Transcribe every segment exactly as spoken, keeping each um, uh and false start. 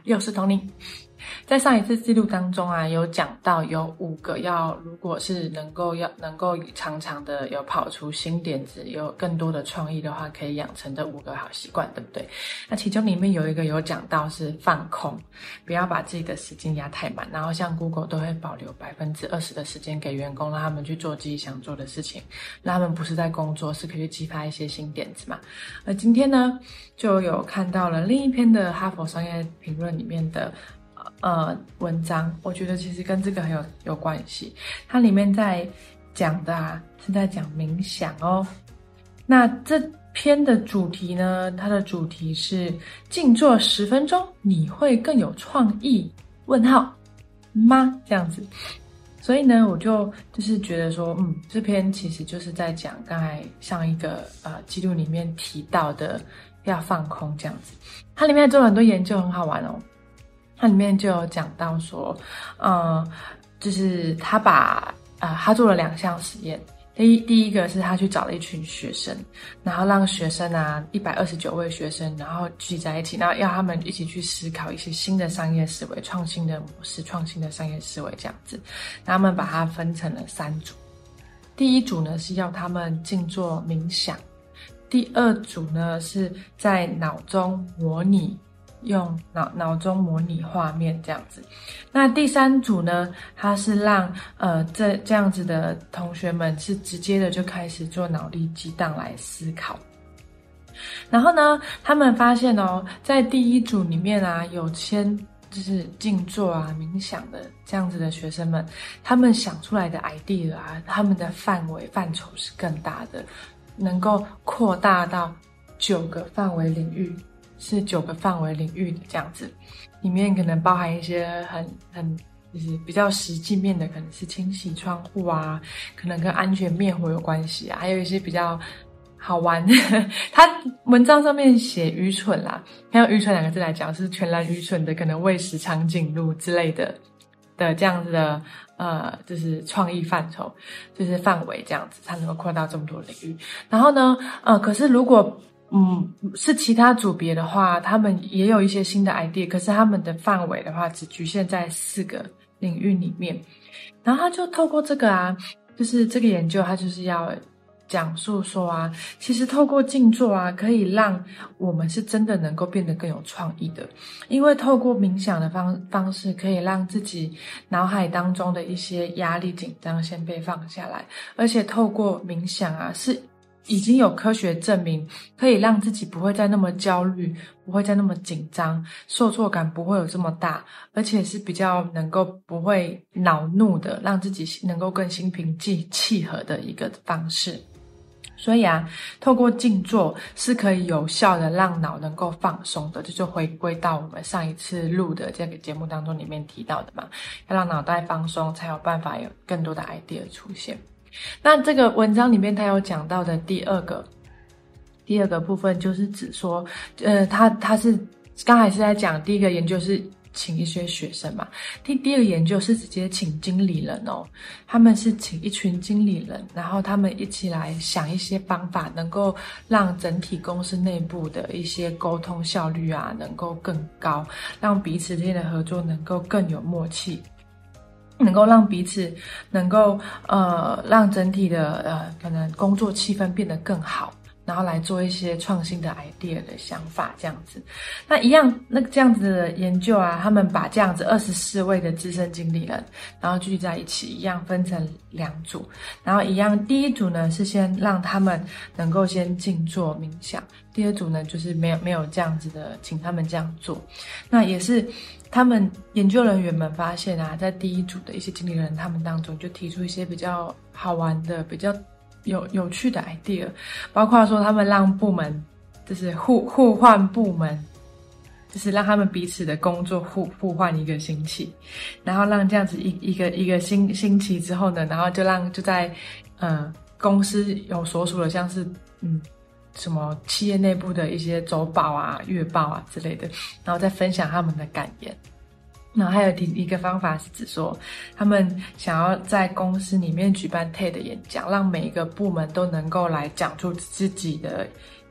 又是 Tony。在上一次记录当中啊，有讲到有五个要，如果是能够要能够常常的有跑出新点子，有更多的创意的话，可以养成的五个好习惯，对不对？那其中里面有一个有讲到是放空，不要把自己的时间压太满，然后像 Google 都会保留百分之二十的时间给员工，让他们去做自己想做的事情，让他们不是在工作，是可以去激发一些新点子嘛。而今天呢，就有看到了另一篇的哈佛商业评论里面的呃，文章，我觉得其实跟这个很有有关系。它里面在讲的啊，是在讲冥想哦。那这篇的主题呢，它的主题是静坐十分钟，你会更有创意？问号吗？这样子。所以呢，我就就是觉得说，嗯，这篇其实就是在讲刚才上一个呃记录里面提到的要放空这样子。它里面做了很多研究，很好玩哦。它里面就有讲到说，嗯，就是他把呃他做了两项实验。第一第一个是他去找了一群学生，然后让学生啊一百二十九位学生，然后聚在一起，然后要他们一起去思考一些新的商业思维、创新的模式、创新的商业思维这样子。然后他们把它分成了三组。第一组呢是要他们静坐冥想，第二组呢是在脑中模拟。用脑脑中模拟画面这样子，那第三组呢，它是让呃这这样子的同学们是直接的就开始做脑力激荡来思考。然后呢，他们发现哦，在第一组里面啊，有先就是静坐啊、冥想的这样子的学生们，他们想出来的 idea 啊，他们的范围范畴是更大的，能够扩大到九个范围领域。是九个范围领域的这样子，里面可能包含一些很很就是比较实际面的，可能是清洗窗户啊，可能跟安全灭火有关系啊，还有一些比较好玩的。他文章上面写愚蠢啦，他用愚蠢两个字来讲，是全然愚蠢的，可能喂食长颈鹿之类的的这样子的呃，就是创意范畴，就是范围这样子，它能够扩大这么多领域。然后呢，呃，可是如果嗯，是其他组别的话，他们也有一些新的 idea， 可是他们的范围的话只局限在四个领域里面。然后他就透过这个啊，就是这个研究，他就是要讲述说啊，其实透过静坐啊，可以让我们是真的能够变得更有创意的。因为透过冥想的方方式，可以让自己脑海当中的一些压力紧张先被放下来，而且透过冥想啊，是已经有科学证明可以让自己不会再那么焦虑，不会再那么紧张，受挫感不会有这么大，而且是比较能够不会恼怒的，让自己能够更心平气和的一个方式。所以啊，透过静坐是可以有效的让脑能够放松的，这就回归到我们上一次录的这个节目当中里面提到的嘛，要让脑袋放松才有办法有更多的 idea 出现。那这个文章里面他有讲到的第二个第二个部分，就是指说呃他他是刚才是在讲第一个研究是请一些学生嘛，第第二个研究是直接请经理人哦，他们是请一群经理人，然后他们一起来想一些方法，能够让整体公司内部的一些沟通效率啊能够更高，让彼此之间的合作能够更有默契，能够让彼此能够呃让整体的呃可能工作气氛变得更好，然后来做一些创新的 idea 的想法这样子。那一样那这样子的研究啊，他们把这样子二十四位的资深经理人然后聚在一起，一样分成两组，然后一样第一组呢是先让他们能够先静坐冥想，第二组呢就是没有没有这样子的请他们这样做。那也是他们研究人员们发现啊，在第一组的一些经理人他们当中就提出一些比较好玩的比较有有趣的 idea， 包括说他们让部门就是互互换部门，就是让他们彼此的工作互互换一个星期，然后让这样子一一个一个星星期之后呢，然后就让就在呃公司有所属的像是嗯什么企业内部的一些周报啊、月报啊之类的，然后再分享他们的感言。然后还有一个方法是指说，他们想要在公司里面举办 T E D 演讲，让每一个部门都能够来讲出自己的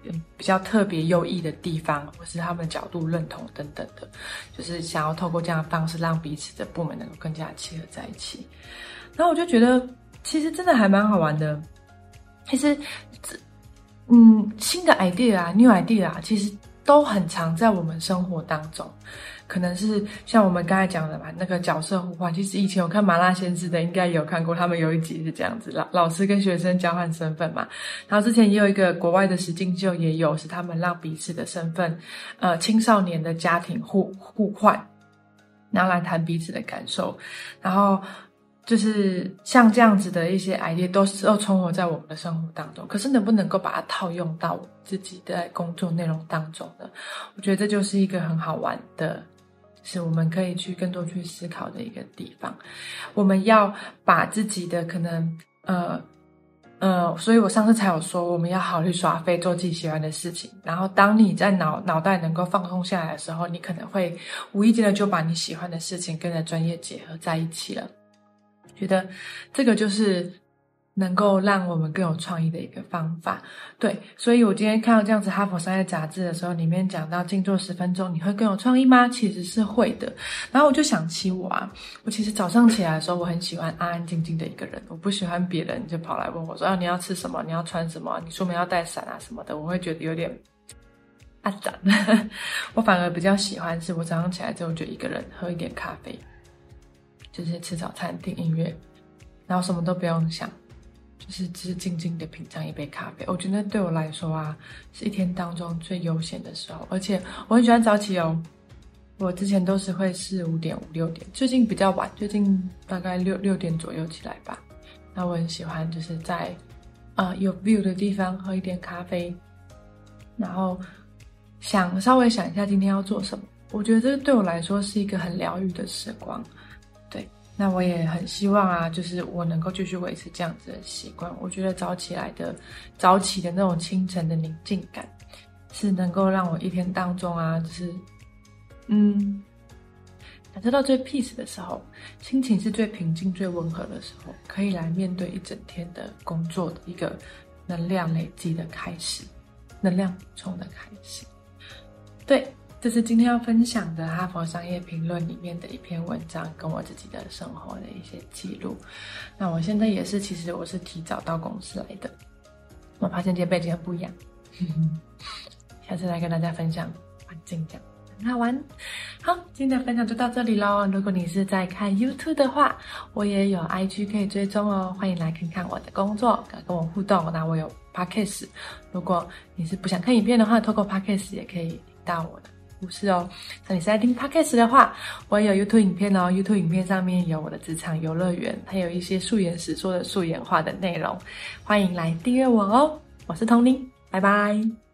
比较特别优异的地方，或是他们的角度认同等等的，就是想要透过这样的方式让彼此的部门能够更加契合在一起。然后我就觉得其实真的还蛮好玩的。其实嗯，新的 idea 啊 new idea 啊，其实都很常在我们生活当中。可能是像我们刚才讲的嘛，那个角色互换，其实以前有看麻辣鲜师的应该也有看过，他们有一集是这样子，老老师跟学生交换身份嘛。然后之前也有一个国外的实境秀也有，是他们让彼此的身份呃青少年的家庭互互换，然后来谈彼此的感受。然后就是像这样子的一些 idea 都是都存活在我们的生活当中，可是能不能够把它套用到我自己的工作内容当中呢？我觉得这就是一个很好玩的，是我们可以去更多去思考的一个地方。我们要把自己的可能呃呃，所以我上次才有说，我们要好好去耍废，做自己喜欢的事情。然后当你在脑脑袋能够放空下来的时候，你可能会无意间的就把你喜欢的事情跟着专业结合在一起了。觉得这个就是能够让我们更有创意的一个方法。对，所以我今天看到这样子哈佛商业杂志的时候，里面讲到静坐十分钟你会更有创意吗？其实是会的。然后我就想起我啊，我其实早上起来的时候，我很喜欢安安静静的一个人，我不喜欢别人就跑来问我说啊，你要吃什么，你要穿什么，你出门要带伞啊什么的，我会觉得有点阿杂。我反而比较喜欢是我早上起来之后就一个人喝一点咖啡，就是吃早餐听音乐，然后什么都不用想，就是只是静静的品尝一杯咖啡。我觉得对我来说啊，是一天当中最悠闲的时候。而且我很喜欢早起哦，我之前都是会四五点五六点，最近比较晚，最近大概六六点左右起来吧。那我很喜欢就是在呃有 view 的地方喝一点咖啡，然后想稍微想一下今天要做什么。我觉得这对我来说是一个很疗愈的时光。对，那我也很希望啊，就是我能够继续维持这样子的习惯。我觉得早起来的早起的那种清晨的宁静感，是能够让我一天当中啊，就是嗯感受到最 peace 的时候，心情是最平静最温和的时候，可以来面对一整天的工作的一个能量累积的开始，能量补充的开始。对，这是今天要分享的哈佛商业评论里面的一篇文章，跟我自己的生活的一些记录。那我现在也是，其实我是提早到公司来的，我发现今天背景很不一样，下次来跟大家分享环境这样很好玩。好，今天的分享就到这里咯。如果你是在看 YouTube 的话，我也有 I G 可以追踪哦，欢迎来看看我的工作，跟我互动。那我有 Podcast， 如果你是不想看影片的话，透过 Podcast 也可以听到我的故事哦。那你是在听 Podcast 的话，我也有 YouTube 影片哦， YouTube 影片上面有我的职场游乐园，还有一些素颜时说的素颜化的内容，欢迎来订阅我哦。我是童玲，拜拜。